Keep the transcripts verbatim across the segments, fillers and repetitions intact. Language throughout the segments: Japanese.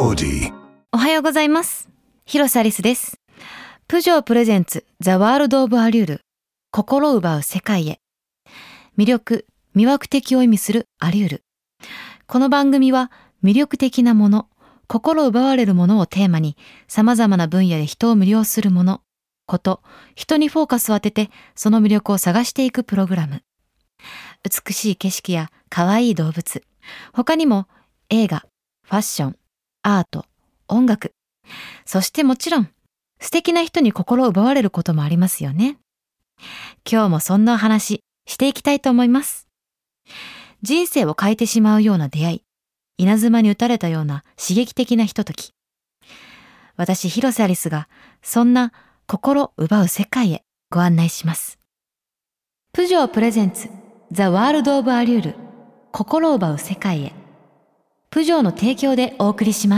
オーディ。 おはようございます。広瀬アリスです。プジョープレゼンツザワールドオブアリュール、心奪う世界へ。魅力、魅惑的を意味するアリュール。この番組は魅力的なもの、心奪われるものをテーマに、様々な分野で人を魅了するもの、こと、人にフォーカスを当てて、その魅力を探していくプログラム。美しい景色や可愛い動物、他にも映画、ファッション、アート、音楽、そしてもちろん素敵な人に心を奪われることもありますよね。今日もそんなお話していきたいと思います。人生を変えてしまうような出会い、稲妻に打たれたような刺激的なひととき。私広瀬アリスがそんな心奪う世界へご案内します。プジョープレゼンツザワールドオブアリュール、心奪う世界へ。プジョーの提供でお送りします。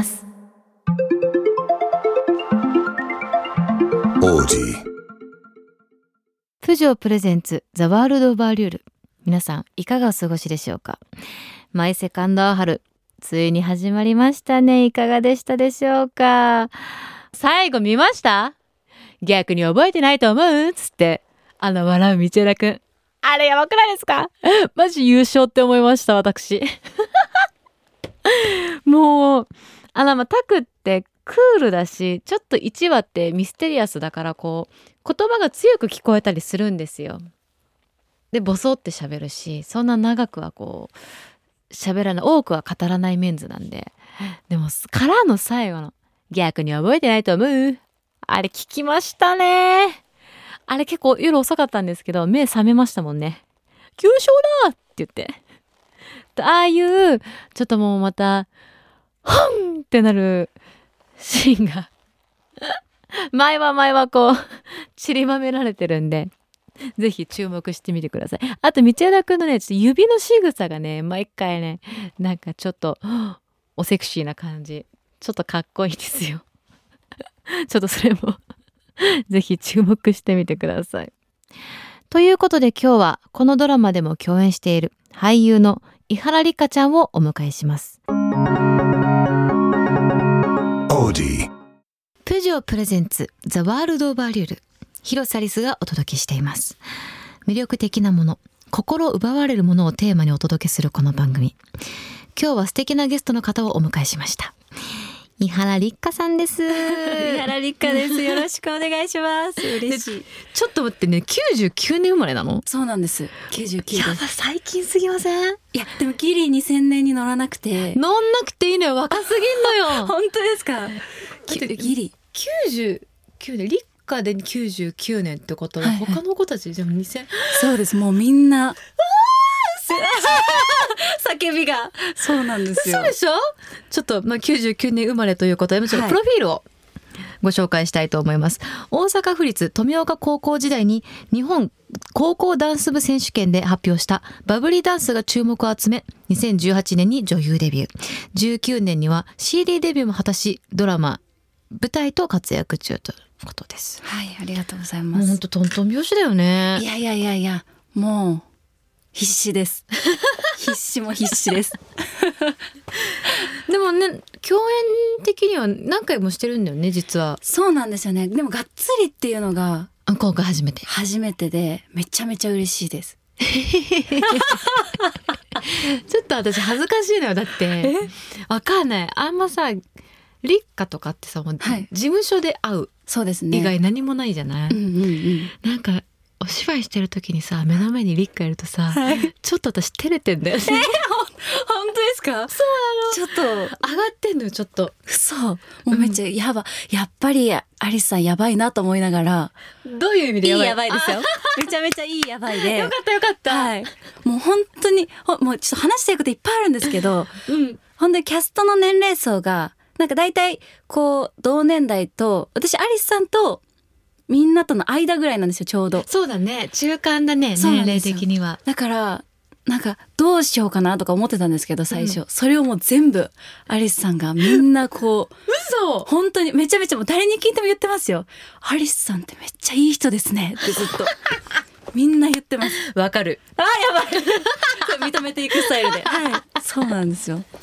オーディ。 プジョープレゼンツザワールドオブアリュール。皆さんいかがお過ごしでしょうか。マイセカンドア春、ついに始まりましたね。いかがでしたでしょうか。最後見ました？逆に覚えてないと思うつってあの笑う道枝くん、あれやばくないですか？マジ優勝って思いました私。もうあのまあタクってクールだし、ちょっといちわってミステリアスだから、こう言葉が強く聞こえたりするんですよ。でボソって喋るし、そんな長くはこう喋らない、多くは語らないメンズなんで。でもからの最後の逆に覚えてないと思う、あれ聞きましたね。あれ結構夜遅かったんですけど目覚めましたもんね。きゅう勝だって言って、ああいうちょっともうまたハンってなるシーンが前は前はこう散りばめられてるんで、ぜひ注目してみてください。あと道枝くんのね、ちょっと指の仕草がね、毎回ね、なんかちょっとおセクシーな感じ、ちょっとかっこいいですよ。ちょっとそれもぜひ注目してみてください。ということで今日はこのドラマでも共演している俳優の伊原六花ちゃんをお迎えします。 オーディ。 プジョープレゼンツザワールドオブアリュール、広瀬アリスがお届けしています。魅力的なもの、心奪われるものをテーマにお届けするこの番組。今日は素敵なゲストの方をお迎えしました。伊原六花さんです。 伊原六花です。よろしくお願いします。嬉しい。 ちょっと待ってね、きゅうじゅうきゅうねん生まれなの？ そうなんです。きゅうじゅうきゅうです。 やば、最近すぎません？ いやでもギリにせんねんに乗らなくて。 乗んなくていいのよ、若すぎんのよ。 本当ですか？ギリきゅうじゅうきゅうねん、六花できゅうじゅうきゅうねんってことは、はいはい、他の子たちでもにせん。 そうです。もうみんな叫びがそうなんですよ。 そうでしょ。ちょっと、まあ、きゅうじゅうきゅうねん生まれということで、ちょっとプロフィールをご紹介したいと思います、はい、大阪府立富岡高校時代に日本高校ダンス部選手権で発表したバブリーダンスが注目を集め、にせんじゅうはちねんに女優デビュー、じゅうきゅうねんには シーディー デビューも果たし、ドラマ舞台と活躍中ということです。 はい、ありがとうございます。 もうほんとトントン拍子だよね。 いやいやいやいや、もう必死です必死も必死ですでもね、共演的には何回もしてるんだよね、実は。 そうなんですよね。でもがっつりっていうのが今回初めて初めてで、めちゃめちゃ嬉しいですちょっと私恥ずかしいのよ。だってわかんない、あんまさ立花とかってさ、もう事務所で会う、 そうですね、 以外何もないじゃない、うんうんうん、なんかお芝居してる時にさ、目の前に立花いるとさ、はい、ちょっと私照れてんだよね。えー、 本当ですか？そうなの。ちょっと上がってんのよ、ちょっと。 そう、もうめっちゃやば、うん、やっぱりアリスさんやばいなと思いながら。 どういう意味でやばい？ いいやばいですよ。めちゃめちゃいいやばいで。 よかったよかった。 はい。もう本当にもうちょっと話したいこといっぱいあるんですけど、うん、本当にキャストの年齢層がなんか大体こう同年代と、私アリスさんとみんなとの間ぐらいなんですよ、ちょうど。 そうだね、中間だね、年齢的には。 だからなんかどうしようかなとか思ってたんですけど最初、うん、それをもう全部アリスさんがみんなこう嘘、 本当にめちゃめちゃもう誰に聞いても言ってますよ。アリスさんってめっちゃいい人ですねってずっとみんな言ってます。 わかる。 あ、やばい認めていくスタイルで、はい、そうなんですよ。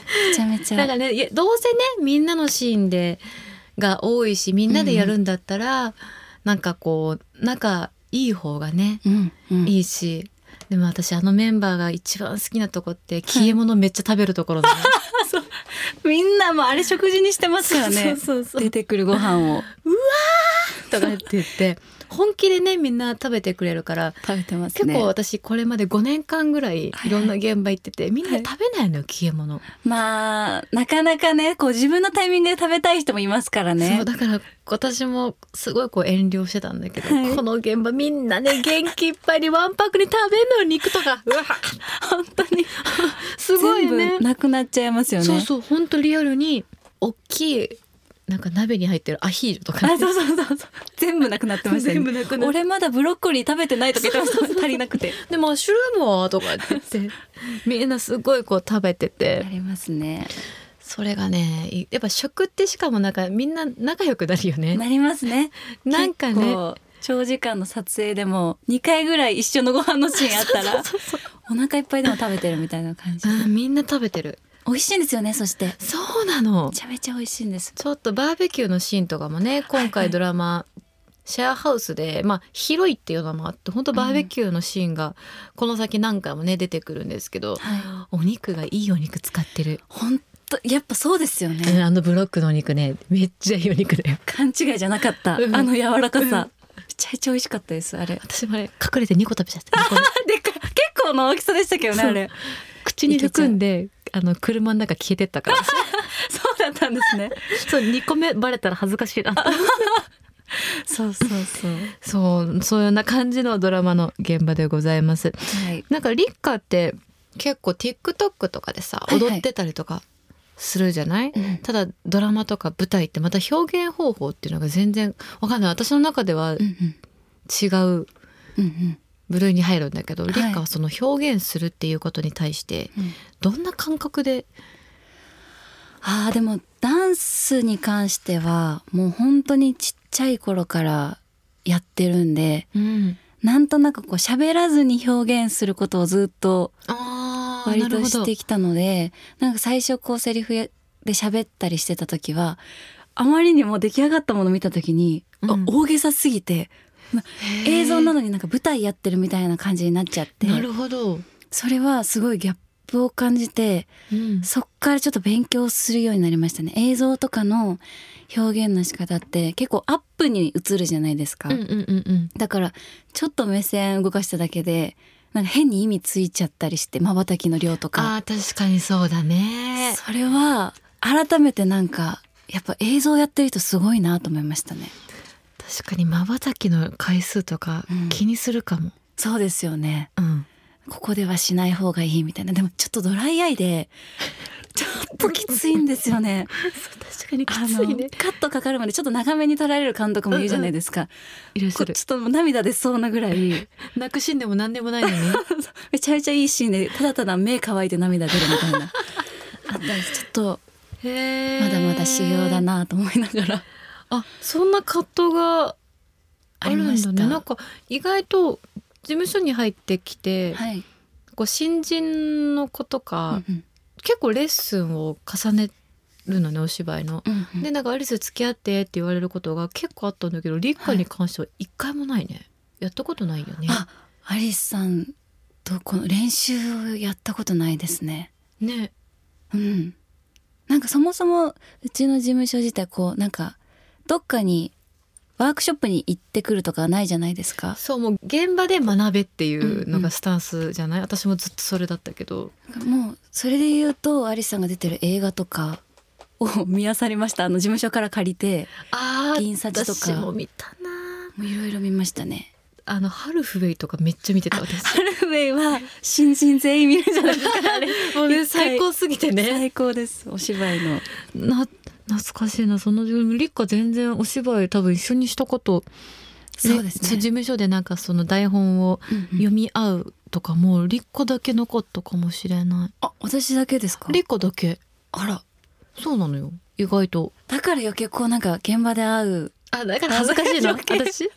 めちゃめちゃだからね、いやどうせねみんなのシーンでが多いしみんなでやるんだったら、うん、なんかこう仲いい方がね、 うんうん、いいし、でも私あのメンバーが一番好きなとこって消え物めっちゃ食べるところだねそうみんなもあれ食事にしてますからね。そうそうそう、出てくるご飯をうわーとかって言って本気でねみんな食べてくれるから食べてますね。 結構私これまでごねんかんぐらいいろんな現場行ってて、はいはい、みんな食べないのよ、消え物。 まあなかなかねこう自分のタイミングで食べたい人もいますからね。 そうだから私もすごいこう遠慮してたんだけど、はい、この現場みんなね元気いっぱいにわんぱくに食べるの肉とかうわ本当にすごいね、 全部なくなっちゃいますよね。 そうそう本当リアルに大きいなんか鍋に入ってるアヒージョとか、ね、 あそうそうそうそう全部なくなってましたね。 全部なくなって俺まだブロッコリー食べてないとか言ってました。足りなくてでもマッシュルームはとかって言ってみんなすごいこう食べててありますね。 それがねやっぱ食ってしかもなんかみんな仲良くなるよね。 なりますね。 なんかね長時間の撮影でもにかいぐらい一緒のご飯のシーンあったらお腹いっぱいでも食べてるみたいな感じ、 うん、みんな食べてる。 美味しいんですよね。そしてそうなの、 めちゃめちゃ美味しいんです。 ちょっとバーベキューのシーンとかもね今回ドラマ、はいはい、シェアハウスで、まあ、広いっていうのもあって本当バーベキューのシーンがこの先何回もね出てくるんですけど、はい、お肉がいいお肉使ってる。 本当やっぱそうですよね。 あのブロックのお肉ねめっちゃいいお肉だよ。 勘違いじゃなかった、うん、あの柔らかさ、うん、めちゃめちゃ美味しかったです。あれ私もあれ隠れてにこ食べちゃったでか結構の大きさでしたけどねあれ。 口に含んであの車の中消えてったからそうだったんですね。 そうにこめバレたら恥ずかしいなそうそうそうそうそういうような感じのドラマの現場でございます、はい、なんかリッカって結構 TikTok とかでさ踊ってたりとかするじゃない、はいはい、ただドラマとか舞台ってまた表現方法っていうのが全然わかんない。私の中では違う、うんうん部類に入るんだけど、はい、リッカはその表現するっていうことに対してどんな感覚で、 うん、あーでもダンスに関してはもう本当にちっちゃい頃からやってるんで、うん、なんとなくこう喋らずに表現することをずっと割としてきたので、なんか最初こうセリフで喋ったりしてた時はあまりにも出来上がったものを見た時に、うん、大げさすぎて映像なのになんか舞台やってるみたいな感じになっちゃって。 なるほど。 それはすごいギャップを感じて、うん、そっからちょっと勉強するようになりましたね。映像とかの表現の仕方って結構アップに映るじゃないですか、うんうんうんうん、だからちょっと目線動かしただけでなんか変に意味ついちゃったりして瞬きの量とか。 あ確かにそうだね。 それは改めてなんかやっぱ映像やってる人すごいなと思いましたね。 確かに瞬きの回数とか気にするかも、うん、 そうですよね、 うん、 ここではしない方がいいみたいな。でもちょっとドライアイでちょっときついんですよね確かにきついね。 カットかかるまでちょっと長めに撮られる監督もいるじゃないですか、うんうん、 いらっしゃる。 ちょっと涙出そうなぐらい泣くシーンでも何でもないのにめちゃめちゃいいシーンでただただ目乾いて涙出るみたいなあったんです。ちょっとまだまだ修行だなと思いながら。 あそんな葛藤があるんだね。なんか意外と事務所に入ってきて、はい、こう新人の子とか、うんうん、結構レッスンを重ねるのねお芝居の、うんうん、でなんかアリス付き合ってって言われることが結構あったんだけどリッカに関しては一回もないね、はい、やったことないよね。 あアリスさんとこの練習をやったことないですね。 ねうんなんかそもそもうちの事務所自体こうなんかどっかにワークショップに行ってくるとかないじゃないですか。 そうもう現場で学べっていうのがスタンスじゃない、うんうん、私もずっとそれだったけどもうそれで言うとアリスさんが出てる映画とかを見漁りました。あの事務所から借りてあ銀サジとか私も見たな。 もういろいろ見ましたね。 あのハルフウェイとかめっちゃ見てた私。 ハルフウェイは新人全員見るじゃないですかあれもうね最高すぎてね。 最高ですお芝居のな懐かしいな。そのリッカ全然お芝居多分一緒にしたこと、 そうですね、 事務所でなんかその台本を読み合うとかもリッカだけなかったかもしれない。 あ私だけですか。 リッカだけ。 あらそうなのよ意外と。 だから余計こうなんか現場で会うあだから恥ずかしいの私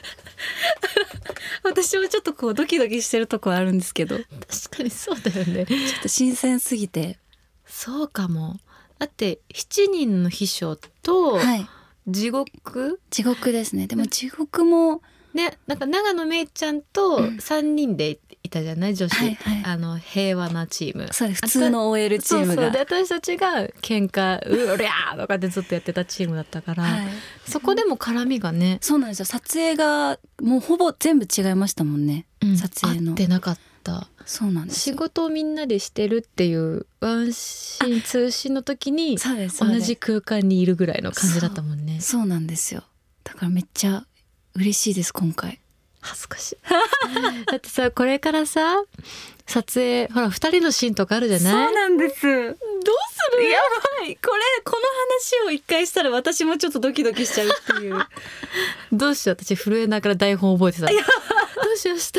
私もちょっとこうドキドキしてるとこあるんですけど確かにそうだよね。 ちょっと新鮮すぎてそうかも。だってしちにんの秘書とはい地獄、 地獄ですね。でも地獄もね、なんか長野めいちゃんとさんにんでいたじゃない、女子、 はいはいあの平和なチーム。 そうです普通の オーエル チームがそうそうで私たちが喧嘩うりゃーとかでずっとやってたチームだったから、 はい、 そこでも絡みがね、 そうなんですよ。撮影がもうほぼ全部違いましたもんね、 うん、 撮影の合ってなかった。 そうなんです仕よ。 事をみんなでしてるっていうワンシーンツーシーンの時にそうですそうです同じ空間にいるぐらいの感じだったもんね。 そうなんですよ。だからめっちゃ嬉しいです今回。 恥ずかしいだってさ、これからさ撮影ほらふたりのシーンとかあるじゃない。 そうなんです。どうする？やばい。これこの話を一回したら私もちょっとドキドキしちゃうっていうどうしよう、私震えながら台本覚えてた。どうしようした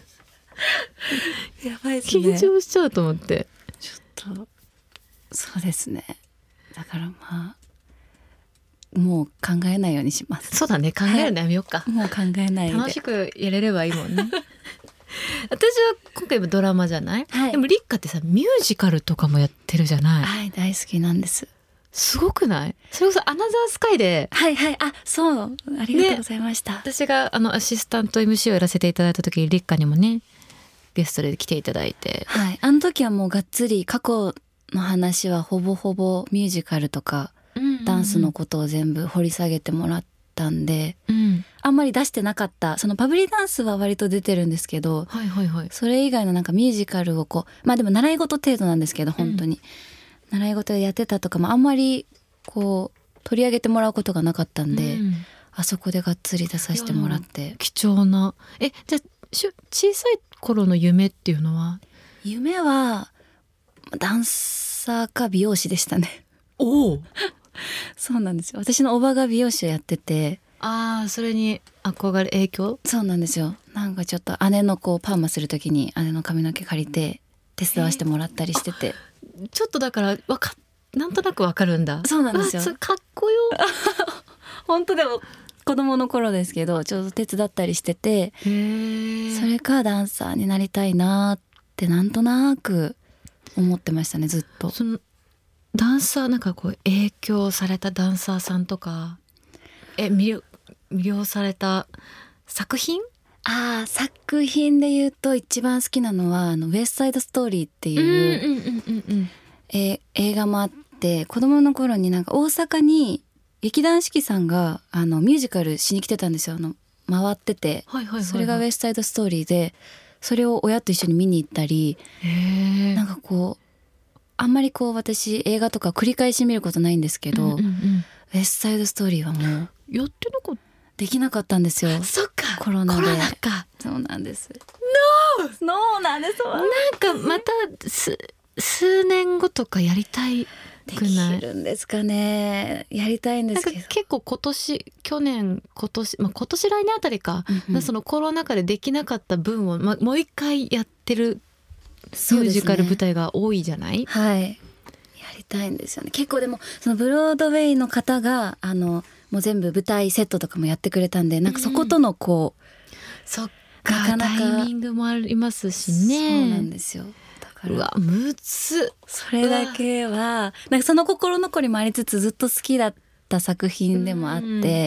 やばいですね。 緊張しちゃうと思って。 ちょっとそうですね。だからまあもう考えないようにします。 そうだね、考えるのやめようか、 もう考えないで楽しくやれればいいもんね私は今回もドラマじゃない、 はいでもリッカってさミュージカルとかもやってるじゃない。 はい大好きなんです。 すごくない？それこそアナザースカイではいはいあそうありがとうございました、ね、 私があのアシスタント エムシー をやらせていただいた時にリッカにもねゲストで来ていただいて、 はいあの時はもうがっつり過去の話はほぼほぼミュージカルとかダンスのことを全部掘り下げてもらったんで、 うん、 あんまり出してなかったそのパブリダンスは割と出てるんですけど、 はいはいはい、 それ以外のなんかミュージカルをこうまあでも習い事程度なんですけど本当に、うん、習い事でやってたとかもあんまりこう取り上げてもらうことがなかったんで、うん、あそこでがっつり出させてもらって貴重な。えじゃあしゅ小さい頃の夢っていうのは？ 夢はダンサーか美容師でしたね。 おおそうなんですよ。私のおばが美容師をやってて、 ああそれに憧れ影響？ そうなんですよ。なんかちょっと姉のこうパーマする時に姉の髪の毛借りて手伝わしてもらったりしてて、 ちょっとだからわかなんとなくわかるんだ。 そうなんですよ。 それかっこよ本当でも子供の頃ですけどちょっと手伝ったりしてて、 へそれかダンサーになりたいなってなんとなく思ってましたねずっと。 そのダンサーなんかこう影響されたダンサーさんとかえ魅了、魅了された作品？ ああ作品で言うと一番好きなのはあのウエストサイドストーリーっていう、 うんうんうんうんうん、 え映画もあって、子供の頃になんか大阪に劇団四季さんがあのミュージカルしに来てたんですよ。あの回ってて、 はいはいはいはい、 それがウエストサイドストーリーでそれを親と一緒に見に行ったり、 へなんかこうあんまりこう私映画とか繰り返し見ることないんですけど、 うんうんうん、 ウエストサイドストーリーはもうやってなかったできなかったんですよ。 そっかコロナで。 コロナか。 そうなんです。 ノーノーなんです。 なんかまたす数年後とかやりたいくない？ できるんですかね。やりたいんですけど。 なんか結構今年去年今年、まあ、今年来年あたりか、うんうん、そのコロナ禍でできなかった分を、ま、もう一回やってるミュージカル舞台が多いじゃない？ はい。やりたいんですよね。結構でもそのブロードウェイの方があのもう全部舞台セットとかもやってくれたんで、なんかそことのこう、うん、 そっかなかなかタイミングもありますしね。 そうなんですよ。だからうわむずそれだけはなんかその心残りもありつつずっと好きだった作品でもあって、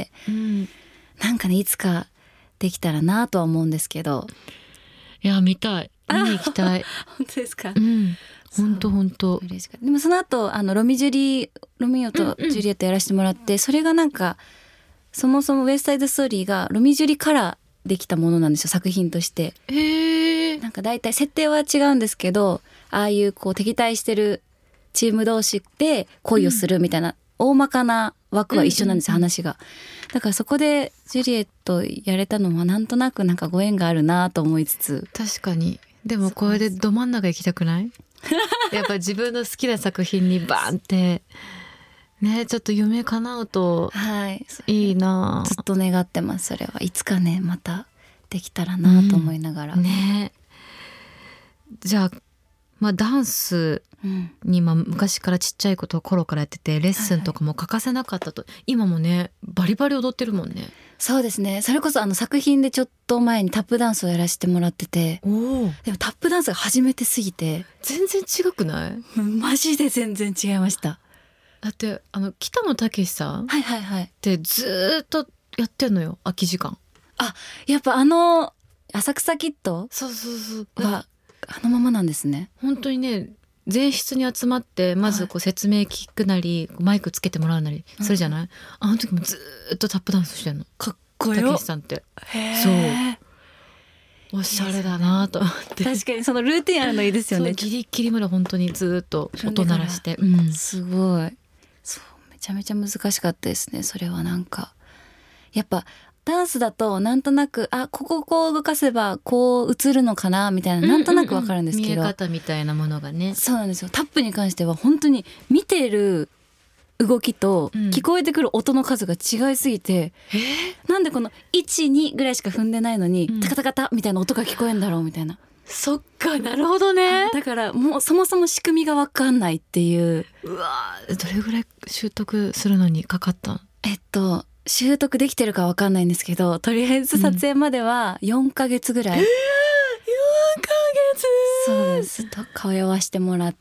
うんうん、なんかねいつかできたらなとは思うんですけど。 いや見たい、見に行きたい。 本当ですか？ うん、本当本当嬉しかった。でもその後あのロミジュリロミオとジュリエットやらせてもらって、うんうん、それがなんかそもそもウエストサイドストーリーがロミジュリからできたものなんですよ、作品として。 へー。 なんか大体設定は違うんですけど、ああいうこう敵対してるチーム同士で恋をするみたいな、うん、大まかな枠は一緒なんですよ、うんうんうん、話が。だからそこでジュリエットやれたのはなんとなくなんかご縁があるなと思いつつ。 確かに。でもこれでど真ん中行きたくない？やっぱ自分の好きな作品にバーンってね、ちょっと夢叶うといいな、 はい、ずっと願ってます。それはいつかねまたできたらなと思いながら、 うん、ね。じゃあ、まあ、ダンスに、まあ、昔からちっちゃい頃からやっててレッスンとかも欠かせなかったと、はいはい、今もねバリバリ踊ってるもんね。 そうですね。それこそあの作品でちょっと前にタップダンスをやらせてもらってて、 おでもタップダンスが初めてすぎて全然違くない？ マジで全然違いました。 だってあの北野武さんはいはいはいってずっとやってんのよ、空き時間。 あ、やっぱあの浅草キッドそうそうそうはあのままなんですね。 本当にね前室に集まってまずこう説明聞くなり、はい、マイクつけてもらうなりするじゃない、うん、あの時もずっとタップダンスしてんの。 かっこよ。 たけしさんってそうおしゃれだなと思って。 確かにそのルーティンあるのいいですよね。 ギリギリまで本当にずっと音鳴らして、うん、 すごい。そうめちゃめちゃ難しかったですね。それはなんかやっぱダンスだとなんとなくあこここう動かせばこう映るのかなみたいななんとなくわかるんですけど、うんうんうん、 見え方みたいなものがね。 そうなんですよ。タップに関しては本当に見てる動きと聞こえてくる音の数が違いすぎて、うん、なんでこのいちにぐらいしか踏んでないのに、うん、タカタカタみたいな音が聞こえんだろうみたいな。 そっか、なるほどね。 だからもうそもそも仕組みがわかんないっていう。 うわどれぐらい習得するのにかかったん？ えっと習得できてるかわかんないんですけど、とりあえず撮影まではよんかげつぐらい、うん、えー、よんかげつそうですと通わしてもらって。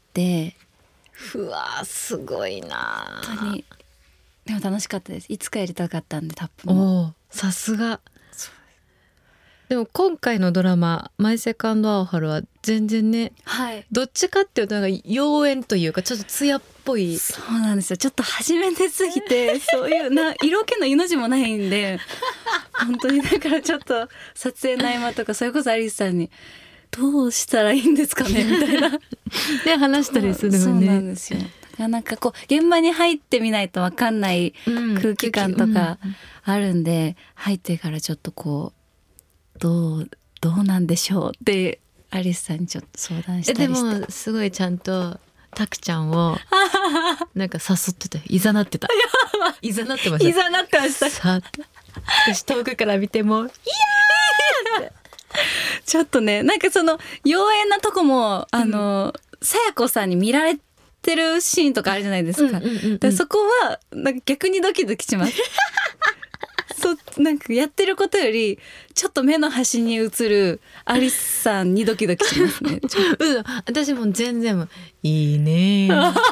うわすごいな。 本当にでも楽しかったです。いつかやりたかったんでタップも。 おさすが。でも今回のドラママイセカンドアオハルは全然ね、 はい、 どっちかっていうとなんか妖艶というかちょっと艶っぽい。 そうなんですよ。ちょっと初めてすぎてそういうな色気の命もないんで本当にだからちょっと撮影の合間とかそれこそアリスさんにどうしたらいいんですかねみたいなで話したりするよね。 そうなんですよ。なんかこう現場に入ってみないと分かんない空気感とかあるんで、入ってからちょっとこうどうどうなんでしょうってアリスさんにちょっと相談したりして。 でもすごいちゃんとタクちゃんをなんか誘ってた、いざなってたいざなってました。 いざなってました。 さ私遠くから見てもいやーってちょっとねなんかその妖艶なとこもあのさやこさんに見られてるシーンとかあるじゃないですか。でそこはなんか逆にドキドキしますそなんかやってることよりちょっと目の端に映るアリスさんにドキドキしますねうん、私も全然もいいね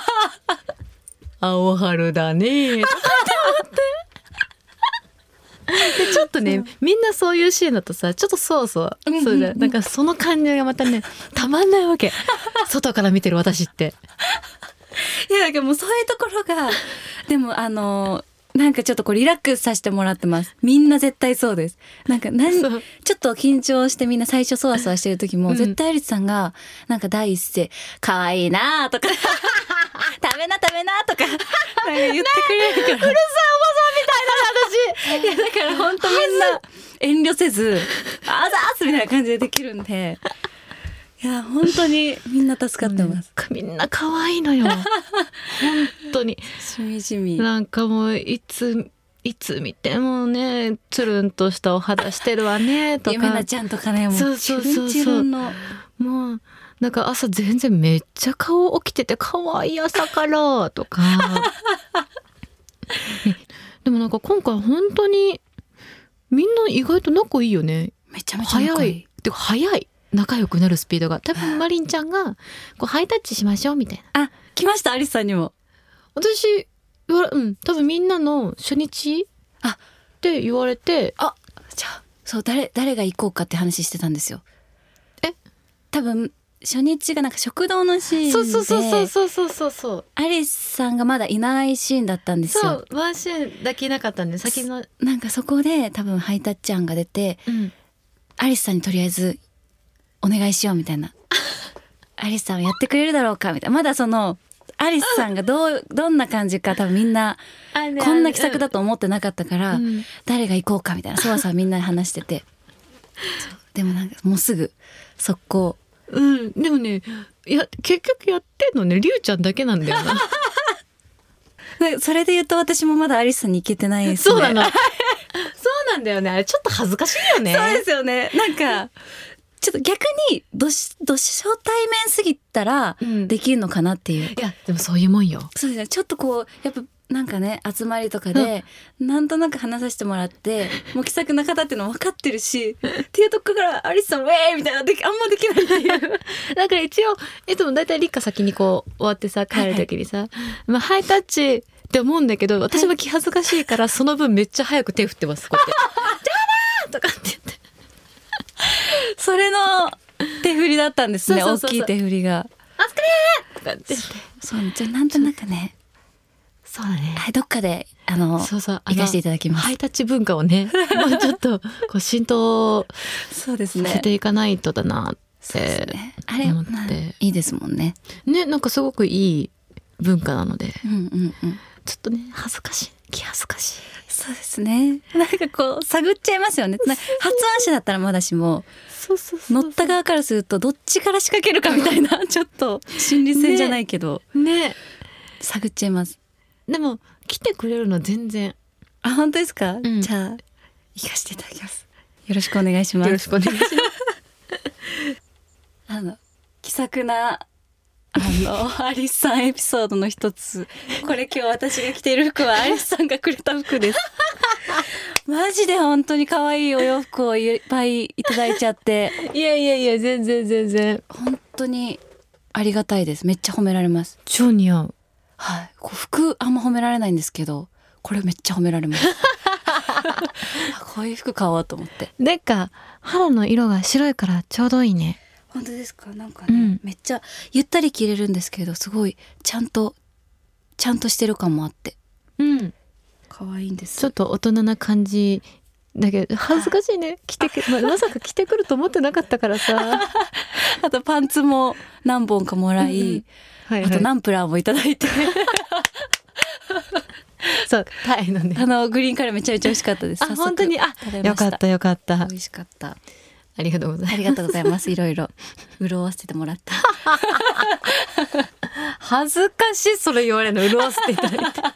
青春だねってでちょっとねみんなそういうシーンだとさちょっとそうそうそうだなんかその感じがまたねたまんないわけ外から見てる私っていやだからもうそういうところがでもあのなんかちょっとこうリラックスさせてもらってます。みんな絶対そうです。なんか何ちょっと緊張してみんな最初そわそわしてる時も、うん、絶対アリスさんがなんか第一声可愛いなとか食べな食べなとかなんか言ってくれるから古澤おばさんみたいな話いやだから本当みんな遠慮せずあざーすみたいな感じでできるんでいや本当にみんな助かってます、 うん、みんな可愛いのよ本当にしみじみなんかもういついつ見てもねつるんとしたお肌してるわねとかゆめなちゃんとかねもうそうそうそうそうチルンのもうなんか朝全然めっちゃ顔起きてて可愛い朝からとかでもなんか今回本当にみんな意外と仲いいよね。 めちゃめちゃ仲いい。 てか早い仲良くなるスピードが多分マリンちゃんがこうハイタッチしましょうみたいな。あ来ましたアリスさんにも。 私うん多分みんなの初日あって言われてあじゃあそう誰誰が行こうかって話してたんですよ。 え多分初日がなんか食堂のシーンでそうそうそうそうそうそうそうアリスさんがまだいないシーンだったんですよ。 そうワンシーンだけいなかったんで先のなんかそこで多分ハイタッチ案が出て、うん、アリスさんにとりあえずお願いしようみたいなアリスさんはやってくれるだろうかみたいなまだそのアリスさんがどうどんな感じか多分みんなこんな気さくだと思ってなかったから、うん、誰が行こうかみたいなそわそわみんなで話しててでもなんかもうすぐ速攻うんでもねいや結局やってんのねリュウちゃんだけなんだよなそれで言うと私もまだアリスさんに行けてないですね。 そうなのそうなんだよねあれちょっと恥ずかしいよね。 そうですよねなんかちょっと逆にどしど初対面すぎたらできるのかなっていう、 いやでもそういうもんよ。 そうですね、ちょっとこうやっぱなんかね集まりとかで、うん、なんとなく話させてもらってもう気さくな方っていうの分かってるしっていうとこからアリスさんウェーイみたいなであんまできないっていうだから一応いつもだいたいリカ先にこう終わってさ帰る時にさ、はいはい、まあ、ハイタッチって思うんだけど私は気恥ずかしいからその分めっちゃ早く手振ってますこうやってじゃあなーとかって言ってそれの手振りだったんですね。 そうそうそうそう、 大きい手振りがお疲れーとかって言って、 そうじゃあなんとなくね、 そうだね、 はい、どっかであのそうそう行かせていただきます。 ハイタッチ文化をねもうちょっとこう浸透そうですね、 させていかないとだなってね、あれ思って、 いいですもんね。 ね、なんかすごくいい文化なので、 うんうんうん、 ちょっとね恥ずかしい、気恥ずかしい。 そうですね、なんかこう探っちゃいますよね。発案者だったらまだしもそうそうそうそう、 乗った側からするとどっちから仕掛けるかみたいなちょっと心理戦じゃないけどね, ね探っちゃいます。 でも来てくれるのは全然。 あ、本当ですか、うん、じゃあ行かせていただきます。よろしくお願いします。 よろしくお願いしますあの気さくなあのアリスさんエピソードの一つ、これ今日私が着ている服はアリスさんがくれた服ですマジで本当に可愛いお洋服をいっぱいいただいちゃっていやいやいや全然全然本当にありがたいです。めっちゃ褒められます。 超似合う。 はい、こう服あんま褒められないんですけどこれめっちゃ褒められますこういう服買おうと思って。 なんか肌の色が白いからちょうどいいね。 本当ですか。なんかね、 うん、 めっちゃゆったり着れるんですけどすごいちゃんとちゃんとしてる感もあって、 うん、 可愛いんです。 ちょっと大人な感じだけど恥ずかしいね着てく、まあ、まさか着てくると思ってなかったからさあとパンツも何本かもらい、うんはいはい、あとナンプラーもいただいてそうタイのね、 あのグリーンカレーめちゃめちゃ美味しかったです。 あ本当に、あよかったよかった、 美味しかった。 ありがとうございます。 ありがとうございます。いろいろ潤わせてもらって恥ずかしい、それ言われるの。潤わせていただいて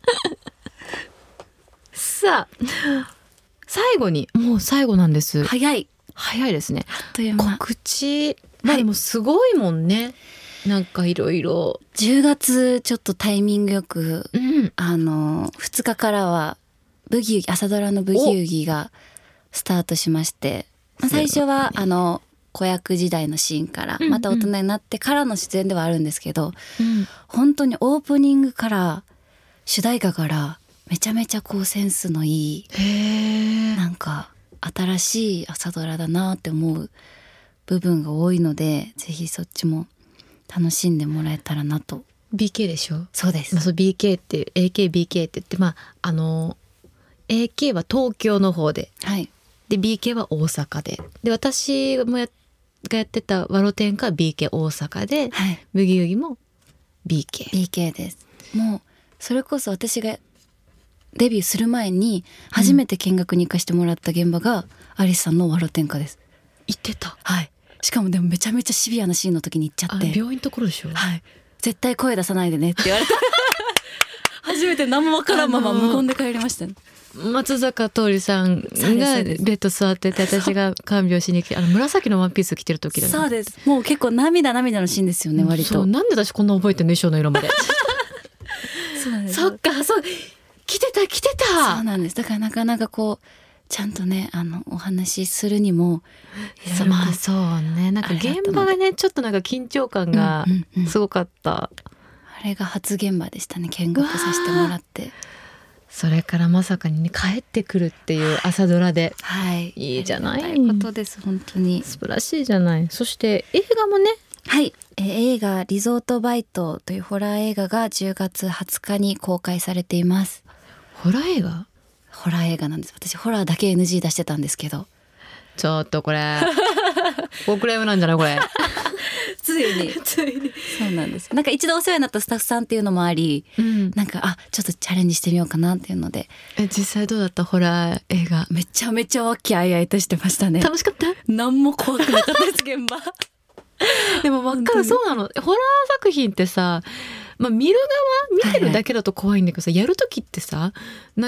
さあ最後に、もう最後なんです。 早い早いですね。 あっという間。 告知、まあでもすごいもんね、はい、なんかいろいろじゅうがつちょっとタイミングよく、 うん、 あのふつかからはブギウギ、朝ドラのブギウギがスタートしまして、まあ、最初はあの子役時代のシーンからまた大人になってからの出演ではあるんですけど、うんうん、本当にオープニングから主題歌からめちゃめちゃこうセンスのいい、 へー、 なんか新しい朝ドラだなって思う部分が多いので、ぜひそっちも楽しんでもらえたらなと。 ビーケー でしょ。 そうです、 まあ、そう ビーケー って エーケービーケー って言って、まああの エーケー は東京の方で、 はい、 で ビーケー は大阪で、で私もやがやってたワロテンが ビーケー 大阪で、 はい、 ブギウギも ビーケー。 ビーケー です。もうそれこそ私がデビューする前に初めて見学に行かせてもらった現場がアリスさんのワロテンカです。 行ってた。 はい。しかもでもめちゃめちゃシビアなシーンの時に行っちゃって、 病院のところでしょ。 はい。絶対声出さないでねって言われて初めて何もわからんまま無言で帰りましたね。 松坂桃李さんがベッド座ってて、私が看病しに来て、あの紫のワンピース着てる時だね。 そうです。もう結構涙涙のシーンですよね、割と。 そう、なんで私こんな覚えてんの、衣装の色までそうなんです。 そっか、そう着てた着てた。 そうなんです。だからなかなかこうちゃんとね、あのお話しするにも、 まあそうね、なんか現場がねちょっとなんか緊張感がすごかった、うんうんうん、 あれが初現場でしたね、見学させてもらって。 それからまさかにね帰ってくるっていう朝ドラで、 はい、 いいじゃない。 ありがたいことです。本当に素晴らしいじゃない。そして映画もね、 はい、えー、映画リゾートバイトというホラー映画がじゅうがつはつかに公開されています。 ホラー映画？ ホラー映画なんです。私ホラーだけ エヌジー 出してたんですけど、 ちょっとこれごクレームなんじゃないこれついについにそうなんです。なんか一度お世話になったスタッフさんっていうのもあり、うん、なんかあちょっとチャレンジしてみようかなっていうので。 え実際どうだった？ホラー映画。 めちゃめちゃ和気あいあいとしてましたね。 楽しかった？ 何も怖くなかったです現場でも分かる。そうなの、ホラー作品ってさ、まあ、見る側見てるだけだと怖いんだけどさ、はいはい、やる時ってさなんか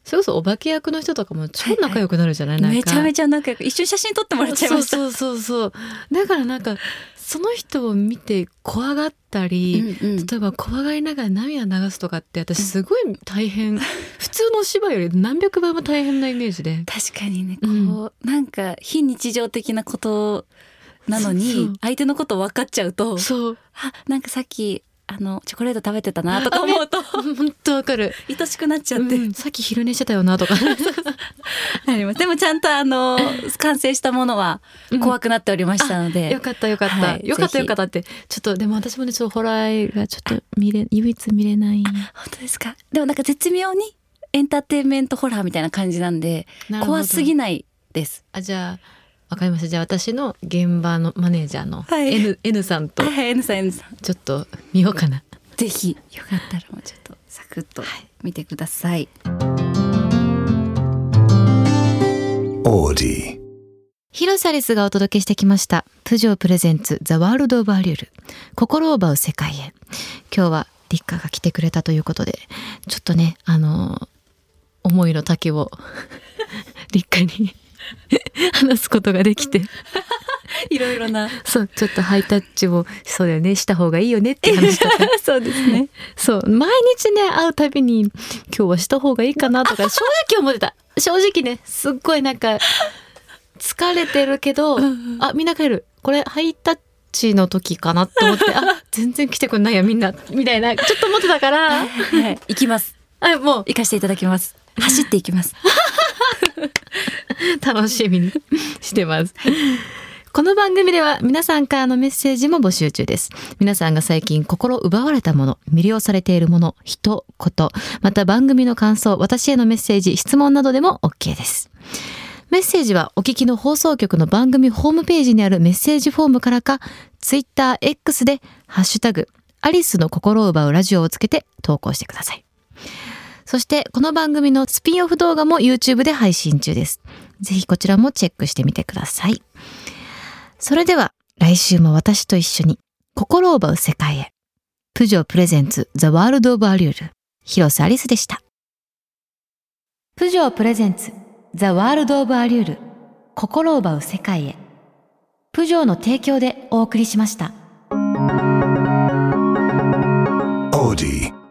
それこそお化け役の人とかも超仲良くなるじゃない、はいはい、なんかめちゃめちゃ仲良く一緒に写真撮ってもらっちゃいました。 そうそうそうそうだからなんかその人を見て怖がったり、うんうん、例えば怖がりながら涙流すとかって私すごい大変、うん、普通のお芝居より何百倍も大変なイメージで。 確かにねこう、うん、なんか非日常的なことなのに相手のこと分かっちゃうと、 そうあなんかさっきあのチョコレート食べてたなとか思うと本当わかる、 愛しくなっちゃって、 うん、さっき昼寝してたよなとかあります。でもちゃんとあの完成したものは怖くなっておりましたので、 うん、よかったよかった、はい、よかったよかったってちょっとでも私もねちょっとホラー映画ちょっと見れ唯一見れない。 本当ですか。でもなんか絶妙にエンターテインメントホラーみたいな感じなんで怖すぎないです。 あじゃあわかりました。じゃあ私の現場のマネージャーの N,、はい、N, N さんと、 はい、N さん N さんちょっと見ようかな。 ぜひよかったらもうちょっとサクッと見てください。 オーディ広瀬アリスがお届けしてきましたプジョープレゼンツザワールドオブアリュール心を奪う世界へ。今日はリッカが来てくれたということでちょっとねあの思いの丈をリッカに話すことができていろいろなそうちょっとハイタッチをそうだよねした方がいいよねって話とかそうですね。 そう毎日ね会うたびに今日はした方がいいかなとか正直思ってた。正直ねすっごいなんか疲れてるけどあみんな帰るこれハイタッチの時かなと思ってあ全然来てくんないやみんなみたいなちょっと思ってたから、 はい、行きます。 あもう行かせていただきます。走っていきます楽しみにしてます。この番組では皆さんからのメッセージも募集中です。皆さんが最近心奪われたもの、魅了されているもの、人、こと、また番組の感想、私へのメッセージ、質問などでも OK です。メッセージはお聞きの放送局の番組ホームページにあるメッセージフォームからか、Twitter X でハッシュタグアリスの心を奪うラジオをつけて投稿してください。そしてこの番組のスピンオフ動画も YouTube で配信中です。ぜひこちらもチェックしてみてください。それでは来週も私と一緒に心を奪う世界へ。プジョープレゼンツザワールドオブアリュール、広瀬アリスでした。プジョープレゼンツザワールドオブアリュール、心を奪う世界へ。プジョーの提供でお送りしました。 オーディ